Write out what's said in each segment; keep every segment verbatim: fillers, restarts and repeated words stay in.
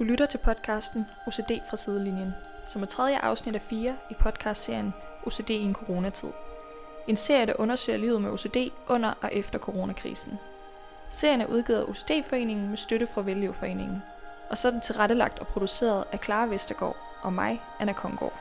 Du lytter til podcasten O C D fra sidelinjen, som er tredje afsnit af fire i podcastserien O C D i en coronatid. En serie, der undersøger livet med O C D under og efter coronakrisen. Serien er udgivet af O C D-foreningen med støtte fra Vellevforeningen, og så er den tilrettelagt og produceret af Clara Vestergaard og mig, Anna Kongård.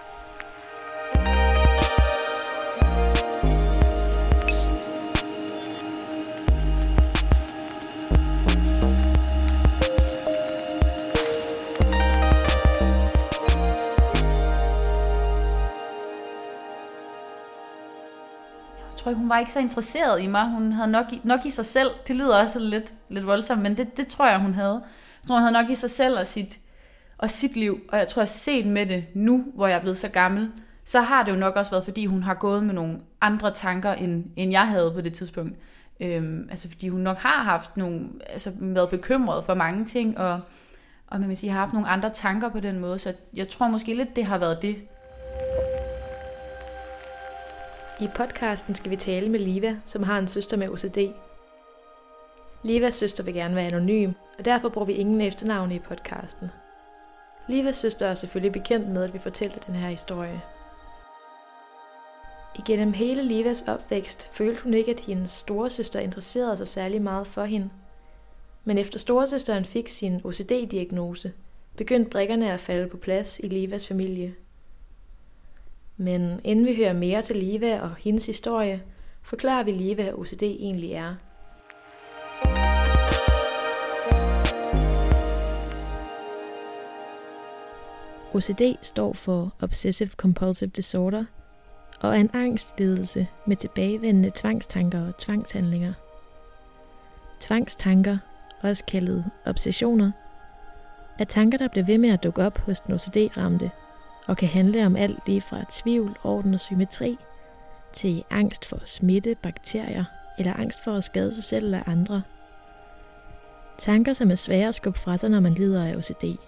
Hun var ikke så interesseret i mig. Hun havde nok i, nok i sig selv. Det lyder også lidt, lidt voldsomt, men det, det tror jeg, hun havde. Jeg tror, hun havde nok i sig selv og sit, og sit liv. Og jeg tror, jeg har set med det nu, hvor jeg er blevet så gammel, så har det jo nok også været, fordi hun har gået med nogle andre tanker, end, end jeg havde på det tidspunkt. Øhm, altså fordi hun nok har haft nogle, altså været bekymret for mange ting, og, og man vil sige, har haft nogle andre tanker på den måde. Så jeg tror måske lidt, det har været det. I podcasten skal vi tale med Liva, som har en søster med O C D. Livas søster vil gerne være anonym, og derfor bruger vi ingen efternavne i podcasten. Livas søster er selvfølgelig bekendt med, at vi fortæller den her historie. Igennem hele Livas opvækst følte hun ikke, at hendes storesøster interesserede sig særlig meget for hende. Men efter storesøsteren fik sin O C D-diagnose, begyndte brikkerne at falde på plads i Livas familie. Men inden vi hører mere til Liva og hendes historie, forklarer vi lige, hvad O C D egentlig er. O C D står for Obsessive Compulsive Disorder og er en angstlidelse med tilbagevendende tvangstanker og tvangshandlinger. Tvangstanker, også kaldet obsessioner, er tanker, der bliver ved med at dukke op hos den O C D-ramte, og kan handle om alt lige fra tvivl, orden og symmetri, til angst for at smitte bakterier, eller angst for at skade sig selv eller andre. Tanker, som er svære at skubbe fra sig, når man lider af O C D.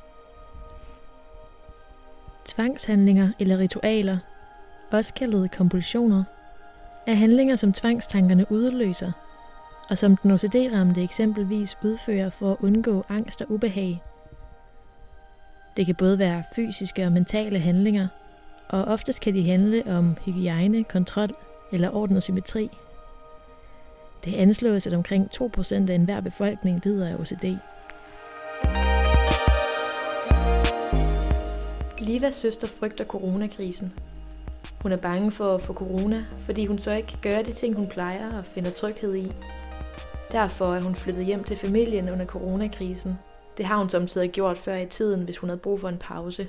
Tvangshandlinger eller ritualer, også kaldet kompulsioner, er handlinger, som tvangstankerne udløser, og som den O C D-ramte eksempelvis udfører for at undgå angst og ubehag. Det kan både være fysiske og mentale handlinger, og oftest kan de handle om hygiejne, kontrol eller orden og symmetri. Det anslås, at omkring to procent af enhver befolkning lider af O C D. Livas søster frygter coronakrisen. Hun er bange for at få corona, fordi hun så ikke kan gøre de ting, hun plejer og finder tryghed i. Derfor er hun flyttet hjem til familien under coronakrisen. Det har hun samtidig gjort før i tiden, hvis hun havde brug for en pause.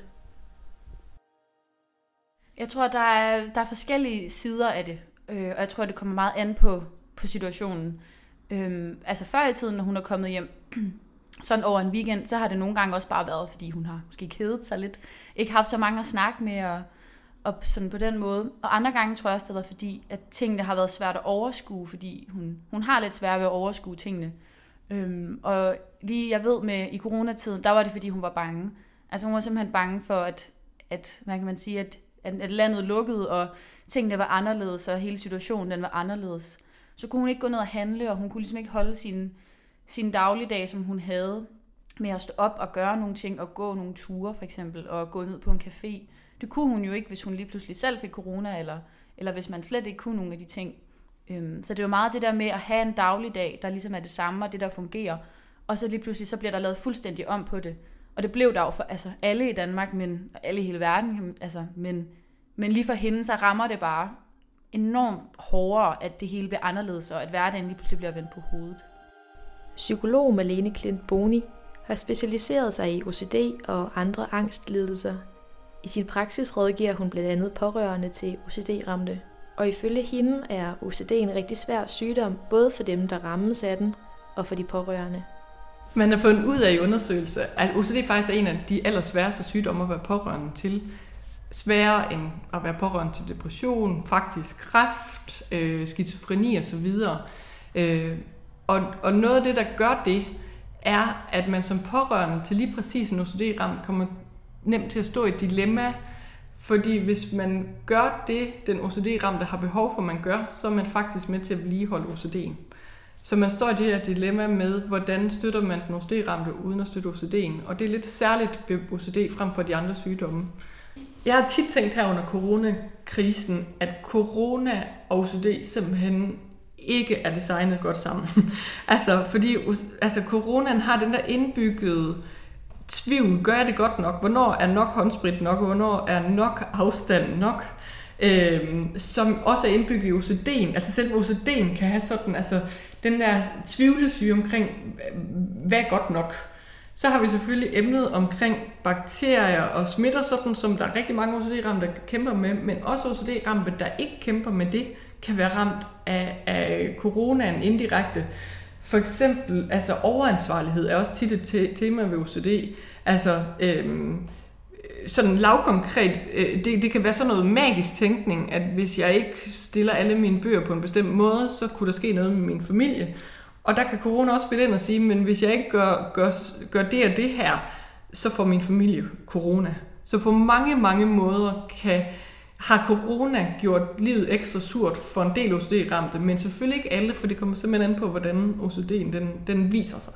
Jeg tror, der er, der er forskellige sider af det, øh, og jeg tror, det kommer meget an på, på situationen. Øh, altså før i tiden, når hun er kommet hjem sådan over en weekend, så har det nogle gange også bare været, fordi hun har måske kedet sig lidt, ikke haft så mange at snakke med, og, og sådan på den måde. Og andre gange tror jeg også, det har været fordi, at tingene har været svært at overskue, fordi hun, hun har lidt svært ved at overskue tingene. Øhm, og lige jeg ved med i coronatiden, der var det fordi hun var bange. Altså hun var simpelthen bange for at, at hvad kan man sige, at, at landet lukkede, og tingene var anderledes, og hele situationen den var anderledes. Så kunne hun ikke gå ned og handle, og hun kunne ligesom ikke holde sin, sin dagligdag, som hun havde, med at stå op og gøre nogle ting, og gå nogle ture for eksempel, og gå ned på en café. Det kunne hun jo ikke, hvis hun lige pludselig selv fik corona, eller, eller hvis man slet ikke kunne nogle af de ting. Så det var meget det der med at have en dagligdag, der ligesom er det samme, og det der fungerer. Og så lige pludselig, så bliver der lavet fuldstændig om på det. Og det blev der jo for altså, alle i Danmark, men alle i hele verden. Altså, men, men lige for hende, så rammer det bare enormt hårdere, at det hele bliver anderledes, og at hverdagen lige pludselig bliver vendt på hovedet. Psykolog Malene Klint Boni har specialiseret sig i O C D og andre angstlidelser. I sin praksis rådgiver hun blandt andet pårørende til O C D-ramte. Og ifølge hende er O C D en rigtig svær sygdom, både for dem, der rammes af den, og for de pårørende. Man har fundet ud af i undersøgelser, at O C D faktisk er en af de allersværeste sygdomme at være pårørende til. Sværere end at være pårørende til depression, faktisk kræft, øh, skizofreni osv. Øh, og, og noget af det, der gør det, er, at man som pårørende til lige præcis en O C D-ramt kommer nemt til at stå i et dilemma. Fordi hvis man gør det, den O C D-ramte har behov for, man gør, så er man faktisk med til at vedligeholde O C D'en. Så man står i det her dilemma med, hvordan støtter man den O C D-ramte uden at støtte O C D'en. Og det er lidt særligt ved O C D frem for de andre sygdomme. Jeg har tit tænkt her under coronakrisen, at corona og O C D simpelthen ikke er designet godt sammen. altså, fordi altså, coronaen har den der indbyggede tvivl. Gør jeg det godt nok? Hvornår er nok håndsprit nok? Hvornår er nok afstand nok? Øhm, som også er indbygget i O C D'en. Altså selv O C D'en kan have sådan, altså den der tvivlesyge omkring, hvad er godt nok? Så har vi selvfølgelig emnet omkring bakterier og smitter, sådan som der er rigtig mange O C D-ramte, der kæmper med, men også O C D-ramte, der ikke kæmper med det, kan være ramt af, af coronaen indirekte. For eksempel, altså overansvarlighed er også tit et tema ved O C D. Altså, øhm, sådan lavkonkret, øh, det, det kan være sådan noget magisk tænkning, at hvis jeg ikke stiller alle mine bøger på en bestemt måde, så kunne der ske noget med min familie. Og der kan corona også spille ind og sige, men hvis jeg ikke gør, gør, gør det og det her, så får min familie corona. Så på mange, mange måder kan, har corona gjort livet ekstra surt for en del O C D-ramte, men selvfølgelig ikke alle, for det kommer simpelthen an på, hvordan O C D'en den, den viser sig.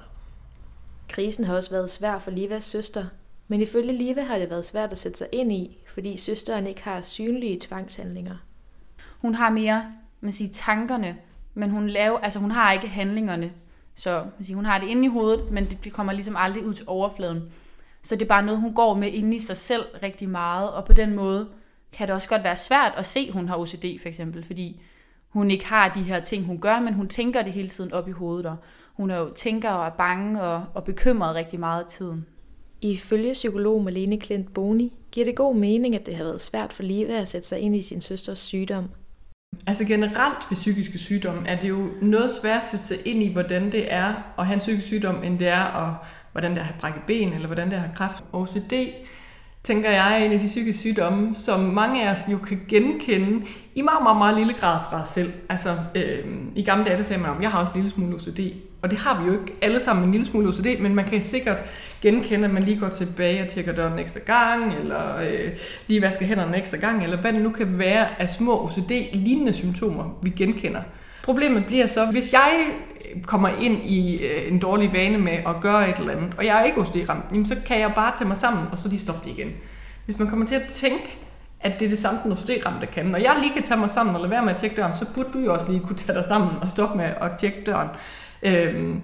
Krisen har også været svær for Livas søster, men ifølge Liva har det været svært at sætte sig ind i, fordi søsteren ikke har synlige tvangshandlinger. Hun har mere, man siger, tankerne, men hun, laver, altså hun har ikke handlingerne. Så man siger, hun har det inde i hovedet, men det kommer ligesom aldrig ud til overfladen. Så det er bare noget, hun går med inde i sig selv rigtig meget, og på den måde kan det også godt være svært at se, at hun har O C D for eksempel, fordi hun ikke har de her ting, hun gør, men hun tænker det hele tiden op i hovedet, og hun er jo tænker og er bange og, og bekymret rigtig meget af tiden. Ifølge psykolog Malene Klint Boni giver det god mening, at det har været svært for Liva at sætte sig ind i sin søsters sygdom. Altså generelt ved psykiske sygdomme er det jo noget svært at sætte sig ind i, hvordan det er at have en psykisk sygdom, end det er, og hvordan det er at have brækket ben, eller hvordan det er at have kræft. O C D, tænker jeg, er en af de psykiske sygdomme, som mange af os jo kan genkende i meget, meget, meget lille grad fra os selv. Altså, øh, i gamle dage, der sagde man om, jeg har også en lille smule O C D, og det har vi jo ikke alle sammen en lille smule O C D, men man kan sikkert genkende, at man lige går tilbage og tjekker døren en ekstra gang, eller øh, lige vasker hænderne en ekstra gang, eller hvad det nu kan være af små O C D-lignende symptomer, vi genkender. Problemet bliver så, hvis jeg kommer ind i øh, en dårlig vane med at gøre et eller andet, og jeg er ikke O C D-ramt, jamen så kan jeg bare tage mig sammen, og så lige stoppe det igen. Hvis man kommer til at tænke, at det er det samme, den O C D-ramte kan, når jeg lige kan tage mig sammen og lade være med at tjekke døren, så burde du jo også lige kunne tage dig sammen og stoppe med at tjekke døren. Øhm,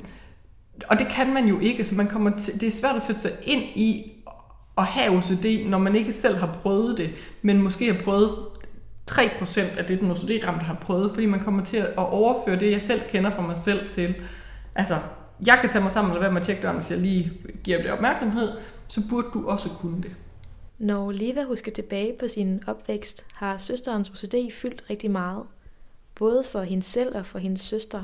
og det kan man jo ikke, så man kommer til, det er svært at sætte sig ind i at have O C D, når man ikke selv har prøvet det, men måske har prøvet tre procent af det, den O C D-ramte har prøvet, fordi man kommer til at overføre det, jeg selv kender fra mig selv til, altså, jeg kan tage mig sammen og lade være med at tjekke døren, hvis jeg lige giver det opmærksomhed, så burde du også kunne det. Når Liva husker tilbage på sin opvækst, har søsterens O C D fyldt rigtig meget, både for hende selv og for hendes søster.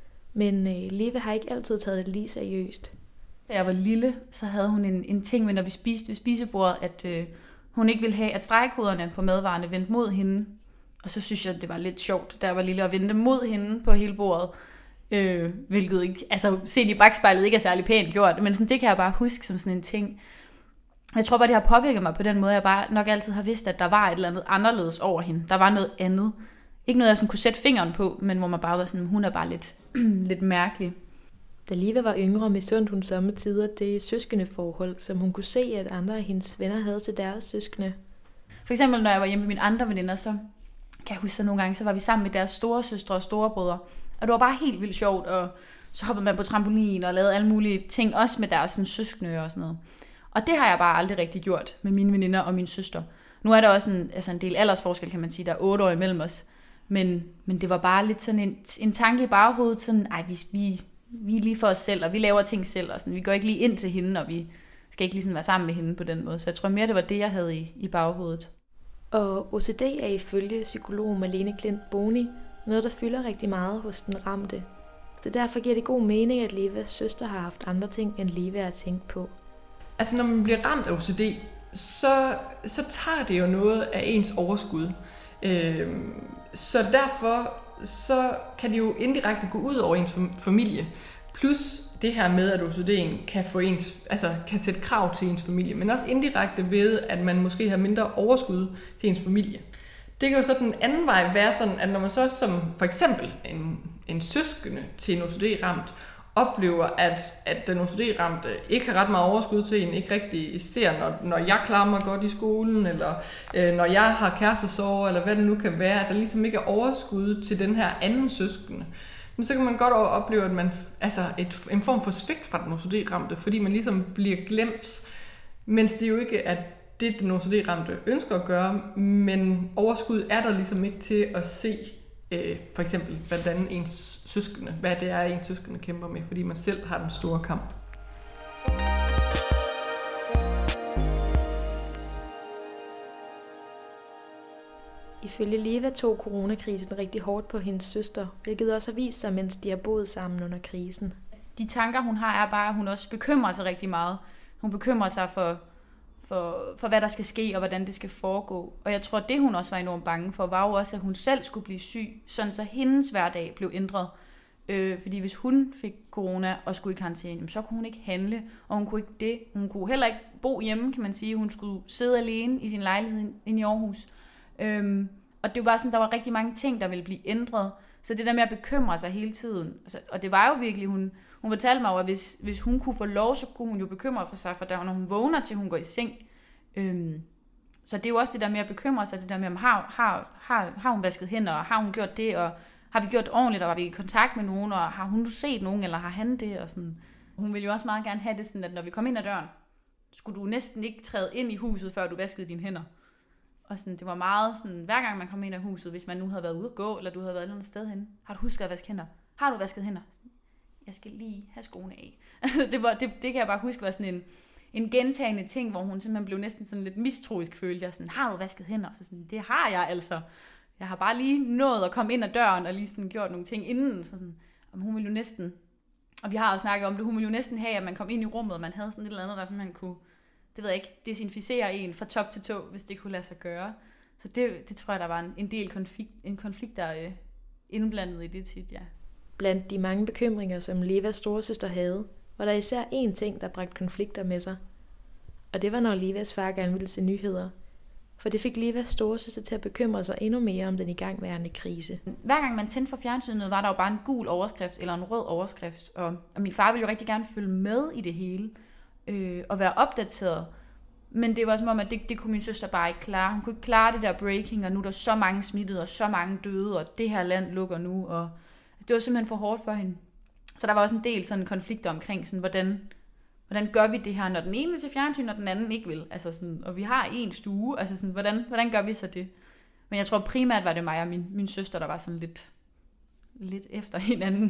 Men øh, Liva har ikke altid taget det lige seriøst. Da jeg var lille, så havde hun en, en ting med, når vi spiste ved spisebordet, at øh, hun ikke ville have, at stregkoderne på madvarerne vendte mod hende. Og så synes jeg, det var lidt sjovt, da jeg var lille, at vende mod hende på hele bordet. Øh, hvilket ikke, altså set i bagspejlet ikke er særlig pænt gjort, men sådan, det kan jeg bare huske som sådan en ting. Jeg tror bare, det har påvirket mig på den måde, jeg bare nok altid har vidst, at der var et eller andet anderledes over hende. Der var noget andet. Ikke noget, jeg sådan kunne sætte fingeren på, men hvor man bare var sådan, hun er bare lidt, lidt mærkelig. Da Liva var yngre, misundte hun sommetider det søskendeforhold, som hun kunne se, at andre af hendes venner havde til deres søskende. For eksempel, når jeg var hjemme med mine andre veninder, så kan jeg huske, at nogle gange, så var vi sammen med deres store søstre og storebrødre. Og det var bare helt vildt sjovt, og så hoppede man på trampolin og lavede alle mulige ting, også med deres sådan, søskende og sådan noget. Og det har jeg bare aldrig rigtig gjort med mine veninder og min søster. Nu er der også en, altså en del aldersforskel, kan man sige, der er otte år imellem os. Men, men det var bare lidt sådan en, en tanke i baghovedet, sådan, ej, vi, vi, vi er lige for os selv, og vi laver ting selv, og sådan, vi går ikke lige ind til hende, og vi skal ikke lige sådan være sammen med hende på den måde. Så jeg tror mere, det var det, jeg havde i, i baghovedet. Og O C D er ifølge psykolog Malene Klint Boni noget, der fylder rigtig meget hos den ramte. Så derfor giver det god mening, at Livas søster har haft andre ting, end Liva at tænke på. Altså når man bliver ramt af O C D, så, så tager det jo noget af ens overskud. Øhm, så derfor så kan det jo indirekte gå ud over ens familie. Plus det her med, at O C D'en kan, få ens, altså kan sætte krav til ens familie, men også indirekte ved, at man måske har mindre overskud til ens familie. Det kan jo så den anden vej være sådan, at når man så som for eksempel en en søskende til en O C D-ramt, oplever, at, at den O C D-ramte ikke har ret meget overskud til en, ikke rigtig ser, når, når jeg klarer mig godt i skolen, eller øh, når jeg har kærestesorger, eller hvad det nu kan være, at der ligesom ikke er overskud til den her anden søskende. Men så kan man godt opleve, at man, altså et, en form for svigt fra den O C D-ramte, fordi man ligesom bliver glemt, mens det jo ikke er det, den O C D-ramte ønsker at gøre, men overskud er der ligesom ikke til at se, øh, for eksempel, hvordan ens søskende, hvad det er, ens søskende kæmper med, fordi man selv har den store kamp. Ifølge Liva tog coronakrisen rigtig hårdt på hendes søster, hvilket også har vist sig, mens de har boet sammen under krisen. De tanker, hun har, er bare, at hun også bekymrer sig rigtig meget. Hun bekymrer sig for, for, for hvad der skal ske, og hvordan det skal foregå. Og jeg tror, det hun også var enormt bange for, var jo også, at hun selv skulle blive syg, sådan så hendes hverdag blev ændret. Øh, fordi hvis hun fik corona og skulle i karantæne, så kunne hun ikke handle, og hun kunne ikke det. Hun kunne heller ikke bo hjemme, kan man sige. Hun skulle sidde alene i sin lejlighed inde i Aarhus. Øhm, og det var sådan, der var rigtig mange ting, der ville blive ændret. Så det der med at bekymre sig hele tiden, altså, og det var jo virkelig, hun, hun fortalte mig, at hvis, hvis hun kunne få lov, så kunne hun jo bekymre for sig, for der, når hun vågner til, hun går i seng. Øhm, så det er jo også det der med at bekymre sig, det der med, om har, har, har, har hun vasket hænder, og har hun gjort det, og har vi gjort det ordentligt, og var vi i kontakt med nogen, og har hun set nogen, eller har han det, og sådan. Hun ville jo også meget gerne have det sådan, at når vi kom ind ad døren, skulle du næsten ikke træde ind i huset, før du vaskede dine hænder. Og sådan, det var meget sådan, hver gang man kom ind af huset, hvis man nu havde været ude at gå, eller du havde været et eller andet sted hen, har du husket at vaske hænder? Har du vasket hænder? Jeg skal lige have skoene af. det, var, det, det kan jeg bare huske var sådan en, en gentagende ting, hvor hun simpelthen blev næsten sådan lidt mistroisk, følte jeg. Sådan, har du vasket hænder? Så sådan, det har jeg altså. Jeg har bare lige nået at komme ind ad døren, og lige sådan gjort nogle ting inden. Så sådan, og hun ville jo næsten, og vi har jo snakket om det, hun ville jo næsten have, at man kom ind i rummet, og man havde sådan et eller andet, der simpelthen kunne, det ved jeg ikke, desinficere en fra top til tå, hvis det kunne lade sig gøre. Så det, det tror jeg, der var en, en del konflikt, en konflikt, der er øh, indblandet i det tit, ja. Blandt de mange bekymringer, som Livas storesøster havde, var der især én ting, der bragte konflikter med sig. Og det var, når Livas far gerne ville se nyheder. For det fik Livas storesøster til at bekymre sig endnu mere om den igangværende krise. Hver gang man tændte for fjernsynet, var der jo bare en gul overskrift eller en rød overskrift. Og, og min far ville jo rigtig gerne følge med i det hele øh, og være opdateret. Men det var som om, at det, det kunne min søster bare ikke klare. Hun kunne ikke klare det der breaking, og nu er der så mange smittede og så mange døde, og det her land lukker nu. Og det var simpelthen for hårdt for hende. Så der var også en del sådan konflikter omkring, sådan, hvordan, hvordan gør vi det her, når den ene vil se fjernsyn, og den anden ikke vil. Altså sådan, og vi har en stue, altså sådan, hvordan, hvordan gør vi så det? Men jeg tror primært var det mig og min, min søster, der var sådan lidt, lidt efter hinanden.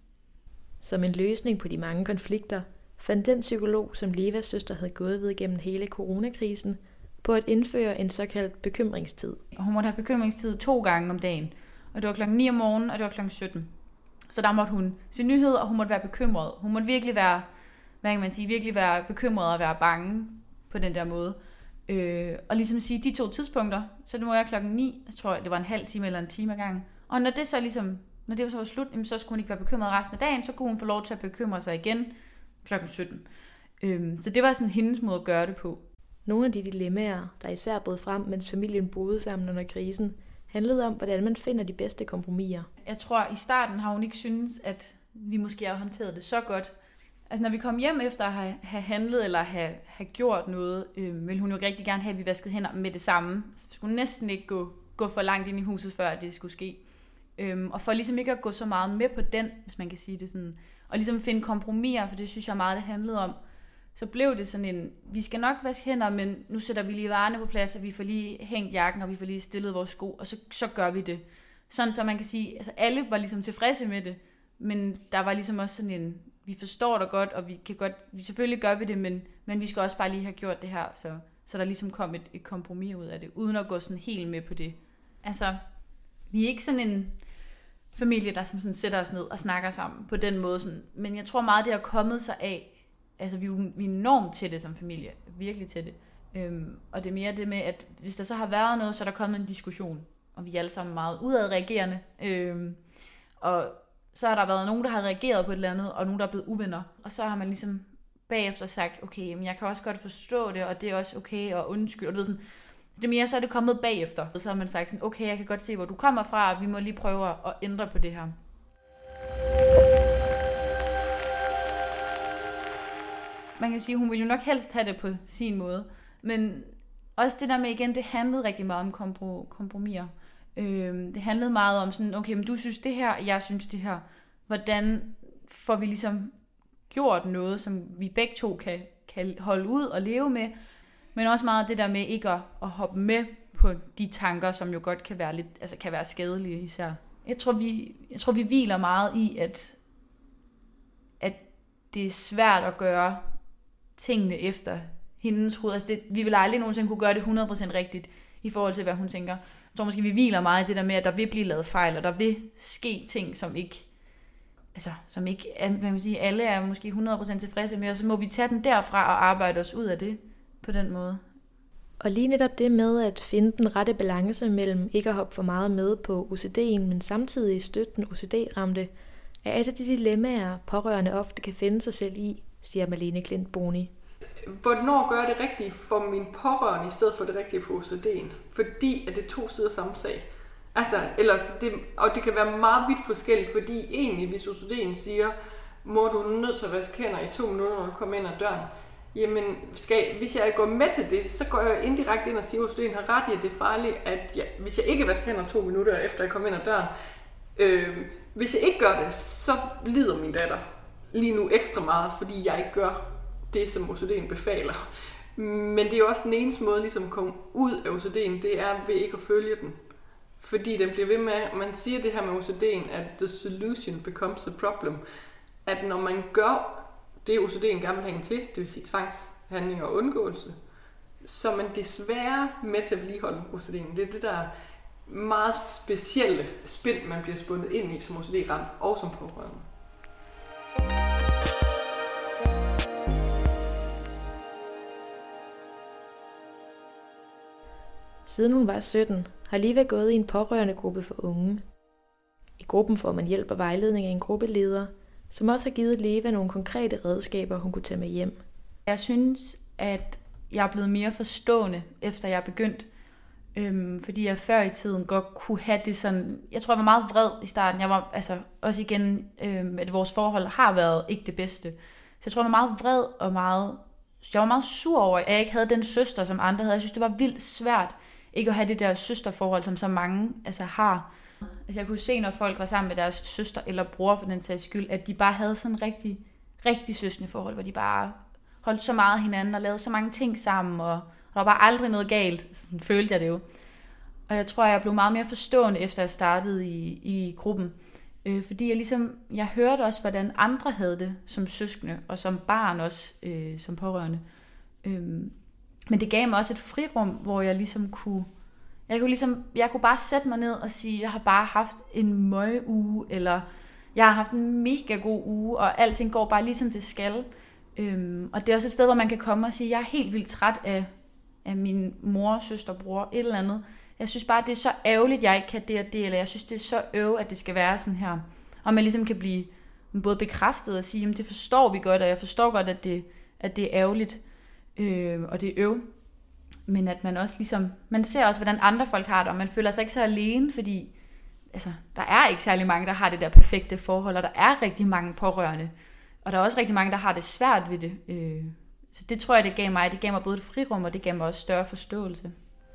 Som en løsning på de mange konflikter, fandt den psykolog, som Livas søster havde gået ved gennem hele coronakrisen, på at indføre en såkaldt bekymringstid. Hun måtte have bekymringstid to gange om dagen. Og det var klokken ni om morgenen, og det var klokken sytten. Så der måtte hun se nyheder, og hun måtte være bekymret. Hun måtte virkelig være, hvad kan man sige, virkelig være bekymret og være bange på den der måde. Øh, og ligesom sige, de to tidspunkter, så det må jeg klokken ni, jeg tror, det var en halv time eller en time ad gangen. Og når det så ligesom, når det så var slut, så skulle hun ikke være bekymret resten af dagen, så kunne hun få lov til at bekymre sig igen klokken sytten. Øh, så det var sådan hendes måde at gøre det på. Nogle af de dilemmaer, der især brød frem, mens familien boede sammen under krisen, handlede om, hvordan man finder de bedste kompromiser. Jeg tror, i starten har hun ikke syntes, at vi måske har håndteret det så godt. Altså, når vi kom hjem efter at have, have handlet eller have, have gjort noget, øh, ville hun jo rigtig gerne have, at vi vaskede hænder med det samme. Altså, vi skulle næsten ikke gå, gå for langt ind i huset, før det skulle ske. Øhm, og for ligesom ikke at gå så meget med på den, hvis man kan sige det sådan, og ligesom finde kompromiser, for det synes jeg meget, det handlede om, så blev det sådan en, vi skal nok vaske hænder, men nu sætter vi lige varerne på plads, og vi får lige hængt jakken, og vi får lige stillet vores sko, og så, så gør vi det. Sådan så man kan sige, altså alle var ligesom tilfredse med det, men der var ligesom også sådan en, vi forstår det godt, og vi kan godt, vi selvfølgelig gør vi det, men, men vi skal også bare lige have gjort det her, så, så der ligesom kom et, et kompromis ud af det, uden at gå sådan helt med på det. Altså, vi er ikke sådan en familie, der som sådan sætter os ned og snakker sammen på den måde, sådan, men jeg tror meget, det har kommet sig af, altså vi er, vi er enormt tætte som familie, virkelig tætte. Øhm, og det er mere det med, at hvis der så har været noget, så er der kommet en diskussion, og vi er alle sammen meget udadreagerende. Øhm, og så har der været nogen, der har reageret på et eller andet, og nogen, der er blevet uvenner. Og så har man ligesom bagefter sagt, okay, men jeg kan også godt forstå det, og det er også okay, og undskyld. Og du ved sådan, det mere så er det kommet bagefter. Så har man sagt sådan, okay, jeg kan godt se, hvor du kommer fra, og vi må lige prøve at ændre på det her. man kan sige, hun ville jo nok helst have det på sin måde. Men også det der med igen, det handlede rigtig meget om kompromiser. Øhm, det handlede meget om sådan, okay, men du synes det her, jeg synes det her. Hvordan får vi ligesom gjort noget, som vi begge to kan, kan holde ud og leve med. Men også meget det der med ikke at, at hoppe med på de tanker, som jo godt kan være lidt, altså kan være skadelige især. Jeg tror, vi, jeg tror, vi hviler meget i, at, at det er svært at gøre tingene efter hendes hoved. Altså det, vi vil aldrig nogensinde kunne gøre det hundrede procent rigtigt i forhold til, hvad hun tænker. Jeg tror måske, vi hviler meget i det der med, at der vil blive lavet fejl, og der vil ske ting, som ikke, altså, som ikke hvad man sige, alle er måske hundrede procent tilfredse med, og så må vi tage den derfra og arbejde os ud af det på den måde. Og lige netop det med at finde den rette balance mellem ikke at hoppe for meget med på O C D'en, men samtidig støtte den O C D-ramte, er et af de dilemmaer, pårørende ofte kan finde sig selv i, siger Malene Klint Boni. Hvornår gør jeg det rigtige for min pårørende, i stedet for det rigtige for O C D'en? Fordi at det er to sider samme sag. Altså, eller det, og det kan være meget vidt forskelligt, fordi egentlig, hvis O C D'en siger, mor, du er nødt til at vaske hænder i to minutter, når du kommer ind ad døren, jamen, skal, hvis jeg går med til det, så går jeg indirekte ind og siger, at O C D'en har ret i, at det er farligt, at jeg, hvis jeg ikke vasker hænder to minutter, efter jeg kommer ind ad døren, øh, hvis jeg ikke gør det, så lider min datter lige nu ekstra meget, fordi jeg ikke gør det, som O C D'en befaler. Men det er jo også den eneste måde ligesom at komme ud af O C D'en, det er ved ikke at følge den. Fordi den bliver ved med, man siger det her med O C D'en, at the solution becomes the problem. At når man gør det, O C D'en gerne vil hænge til, det vil sige tvangshandling og undgåelse, så er man desværre med til at vedligeholde O C D'en. Det er det der meget specielle spind, man bliver spundet ind i som O C D-ramt og som pårørende. Siden hun var sytten, har Liva gået i en pårørende gruppe for unge. I gruppen får man hjælp og vejledning af en gruppeleder, som også har givet Liva nogle konkrete redskaber, hun kunne tage med hjem. Jeg synes, at jeg er blevet mere forstående, efter jeg er begyndt. Øhm, fordi jeg før i tiden godt kunne have det sådan. Jeg tror, jeg var meget vred i starten. Jeg var altså også igen, øhm, at vores forhold har været ikke det bedste. Så jeg tror, jeg var meget vred og meget. Jeg var meget sur over, at jeg ikke havde den søster, som andre havde. Jeg synes, det var vildt svært ikke at have det der søsterforhold, som så mange altså har. Altså jeg kunne se, når folk var sammen med deres søster eller bror for den sags skyld, at de bare havde sådan en rigtig, rigtig søskende forhold, hvor de bare holdt så meget af hinanden og lavede så mange ting sammen, og der var bare aldrig noget galt. Sådan følte jeg det jo. Og jeg tror, jeg blev meget mere forstående, efter jeg startede i, i gruppen. Øh, fordi jeg ligesom, jeg hørte også, hvordan andre havde det som søskende, og som barn også, øh, som pårørende. Øh, men det gav mig også et frirum, hvor jeg ligesom kunne, jeg kunne ligesom, jeg kunne bare sætte mig ned og sige, jeg har bare haft en møguge, eller jeg har haft en mega god uge, og alting går bare ligesom det skal. Øhm, og det er også et sted, hvor man kan komme og sige, jeg er helt vildt træt af, af min mor, søster, bror, et eller andet. Jeg synes bare, det er så ærgerligt, jeg ikke kan det og det, eller jeg synes, det er så øv, at det skal være sådan her. Og man ligesom kan blive både bekræftet og sige, jamen det forstår vi godt, og jeg forstår godt, at det, at det er ærgerligt, øh, og det er øv. Men at man også ligesom, man ser også, hvordan andre folk har det, og man føler sig ikke så alene, fordi altså, der er ikke særlig mange, der har det der perfekte forhold, og der er rigtig mange pårørende. Og der er også rigtig mange, der har det svært ved det. Så det tror jeg, det gav mig. Det gav mig både et frirum, og det gav mig også større forståelse.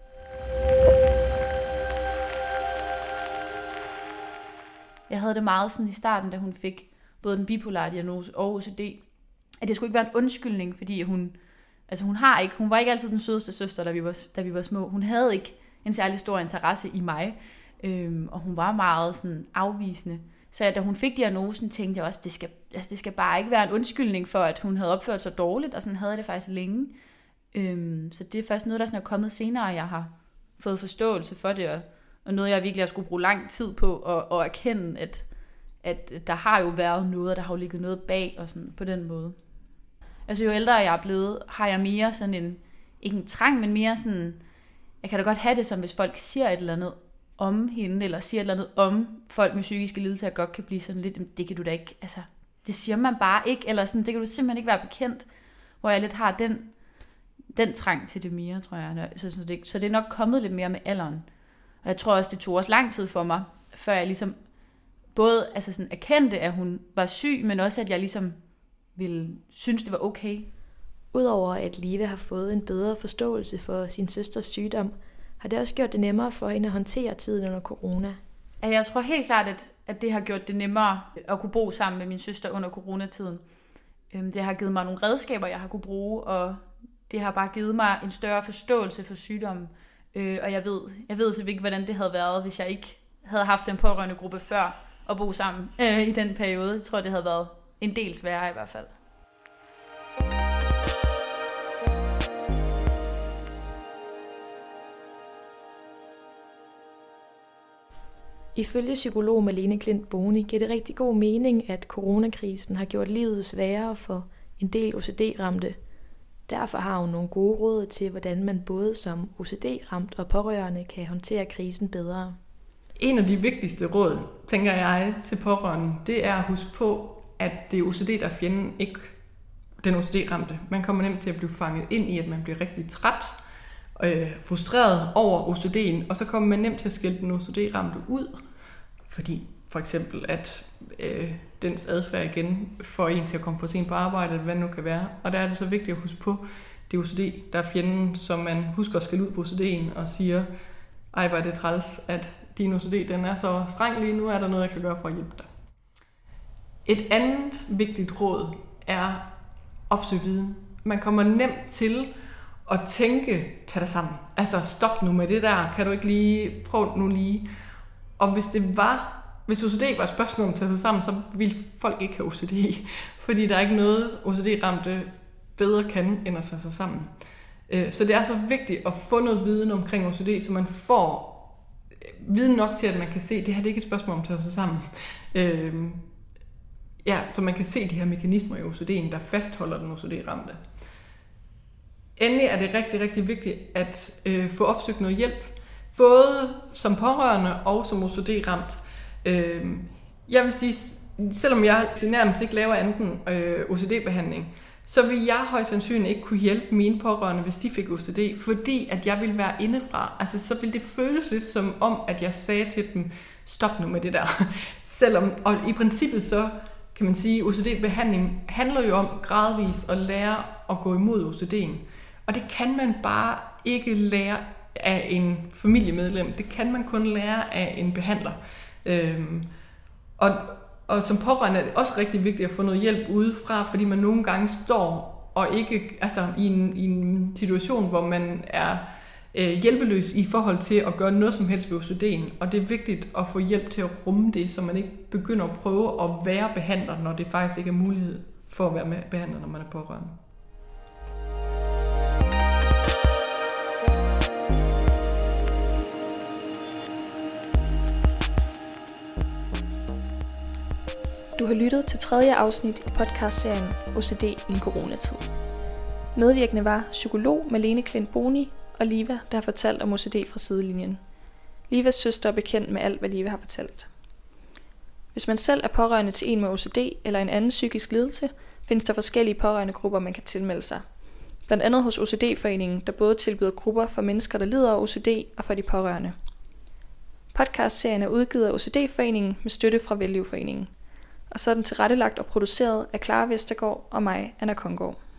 Jeg havde det meget sådan i starten, da hun fik både den bipolare diagnose og O C D, at det skulle ikke være en undskyldning, fordi hun, altså hun har ikke, hun var ikke altid den sødeste søster, da vi var, da vi var små. Hun havde ikke en særlig stor interesse i mig, øhm, og hun var meget sådan afvisende. Så da hun fik diagnosen, tænkte jeg også, at det skal, altså det skal bare ikke være en undskyldning for, at hun havde opført sig dårligt, og sådan havde jeg det faktisk længe. Øhm, så det er først noget, der sådan er kommet senere, og jeg har fået forståelse for det, og, og noget, jeg virkelig har skulle bruge lang tid på, og, og erkende, at, at der har jo været noget, og der har jo ligget noget bag, og sådan på den måde. Altså jo ældre jeg er blevet, har jeg mere sådan en, ikke en trang, men mere sådan, jeg kan da godt have det som, hvis folk siger et eller andet om hende, eller siger et eller andet om folk med psykiske lidelser, godt kan blive sådan lidt, det kan du da ikke, altså, det siger man bare ikke, eller sådan, det kan du simpelthen ikke være bekendt, hvor jeg lidt har den, den trang til det mere, tror jeg. Så, så, det, så det er nok kommet lidt mere med alderen. Og jeg tror også, det tog også lang tid for mig, før jeg ligesom både altså sådan erkendte, at hun var syg, men også, at jeg ligesom ville synes, det var okay. Udover at Liva har fået en bedre forståelse for sin søsters sygdom, har det også gjort det nemmere for hende at håndtere tiden under corona. Jeg tror helt klart, at, at det har gjort det nemmere at kunne bo sammen med min søster under coronatiden. Det har givet mig nogle redskaber, jeg har kunne bruge, og det har bare givet mig en større forståelse for sygdommen. Og jeg ved, jeg ved simpelthen ikke, hvordan det havde været, hvis jeg ikke havde haft en pårørende gruppe før at bo sammen øh, i den periode. Jeg tror, det havde været en del sværere i hvert fald. Ifølge psykolog Malene Klint Boni giver det rigtig god mening, at coronakrisen har gjort livet sværere for en del O C D-ramte. Derfor har hun nogle gode råd til, hvordan man både som O C D-ramt og pårørende kan håndtere krisen bedre. En af de vigtigste råd, tænker jeg, til pårørende, det er at huske på, at det er O C D, der er fjenden, ikke den O C D-ramte. Man kommer nemt til at blive fanget ind i, at man bliver rigtig træt, øh, frustreret over O C D'en, og så kommer man nemt til at skælde den O C D-ramte ud, fordi for eksempel, at øh, dens adfærd igen får en til at komme for sent på arbejde, hvad det nu kan være. Og der er det så vigtigt at huske på, det er O C D, der er fjenden, så man husker at skælde ud på O C D'en og siger, ej, hvor er det træls, at din O C D den er så streng lige nu, er der noget, jeg kan gøre for at hjælpe dig. Et andet vigtigt råd er opsøg viden. Man kommer nemt til at tænke, tag dig sammen. Altså stop nu med det der, kan du ikke lige, prøv nu lige. Og hvis det var, hvis O C D var et spørgsmål om at tage sig sammen, så ville folk ikke have O C D. Fordi der er ikke noget, O C D-ramte bedre kan, end at tage sig sammen. Så det er så vigtigt at få noget viden omkring O C D, så man får viden nok til, at man kan se, at det her det er ikke et spørgsmål om at tage sig sammen. Ja, så man kan se de her mekanismer i O C D'en, der fastholder den O C D-ramte. Endelig er det rigtig, rigtig vigtigt at øh, få opsøgt noget hjælp, både som pårørende og som O C D-ramt. Øh, jeg vil sige, selvom jeg det nærmest ikke laver enten øh, O C D-behandling, så vil jeg højst sandsynligt ikke kunne hjælpe mine pårørende, hvis de fik O C D, fordi at jeg vil være indefra. Altså, så vil det føles lidt som om, at jeg sagde til dem, stop nu med det der. Selvom, og i princippet så kan man sige, at O C D-behandling handler jo om gradvis at lære at gå imod O C D'en. Og det kan man bare ikke lære af en familiemedlem. Det kan man kun lære af en behandler. Øhm, og, og som pårørende er det også rigtig vigtigt at få noget hjælp udefra, fordi man nogle gange står og ikke, altså i en, i en situation, hvor man er øh, hjælpeløs i forhold til at gøre noget som helst ved O C D'en. Og det er vigtigt at få hjælp til at rumme det, så man ikke begynder at prøve at være behandler, når det faktisk ikke er mulighed for at være med behandler, når man er pårørende. Du har lyttet til tredje afsnit i podcastserien O C D i en coronatid. Medvirkende var psykolog Malene Klint Boni og Liva, der har fortalt om O C D fra sidelinjen. Livas søster er bekendt med alt, hvad Liva har fortalt. Hvis man selv er pårørende til en med O C D eller en anden psykisk lidelse, findes der forskellige pårørendegrupper, man kan tilmelde sig. Blandt andet hos O C D-foreningen, der både tilbyder grupper for mennesker, der lider af O C D og for de pårørende. Podcastserien er udgivet af O C D-foreningen med støtte fra Vellivforeningen. Og så er den tilrettelagt og produceret af Clara Vestergaard og mig, Anna Kongård.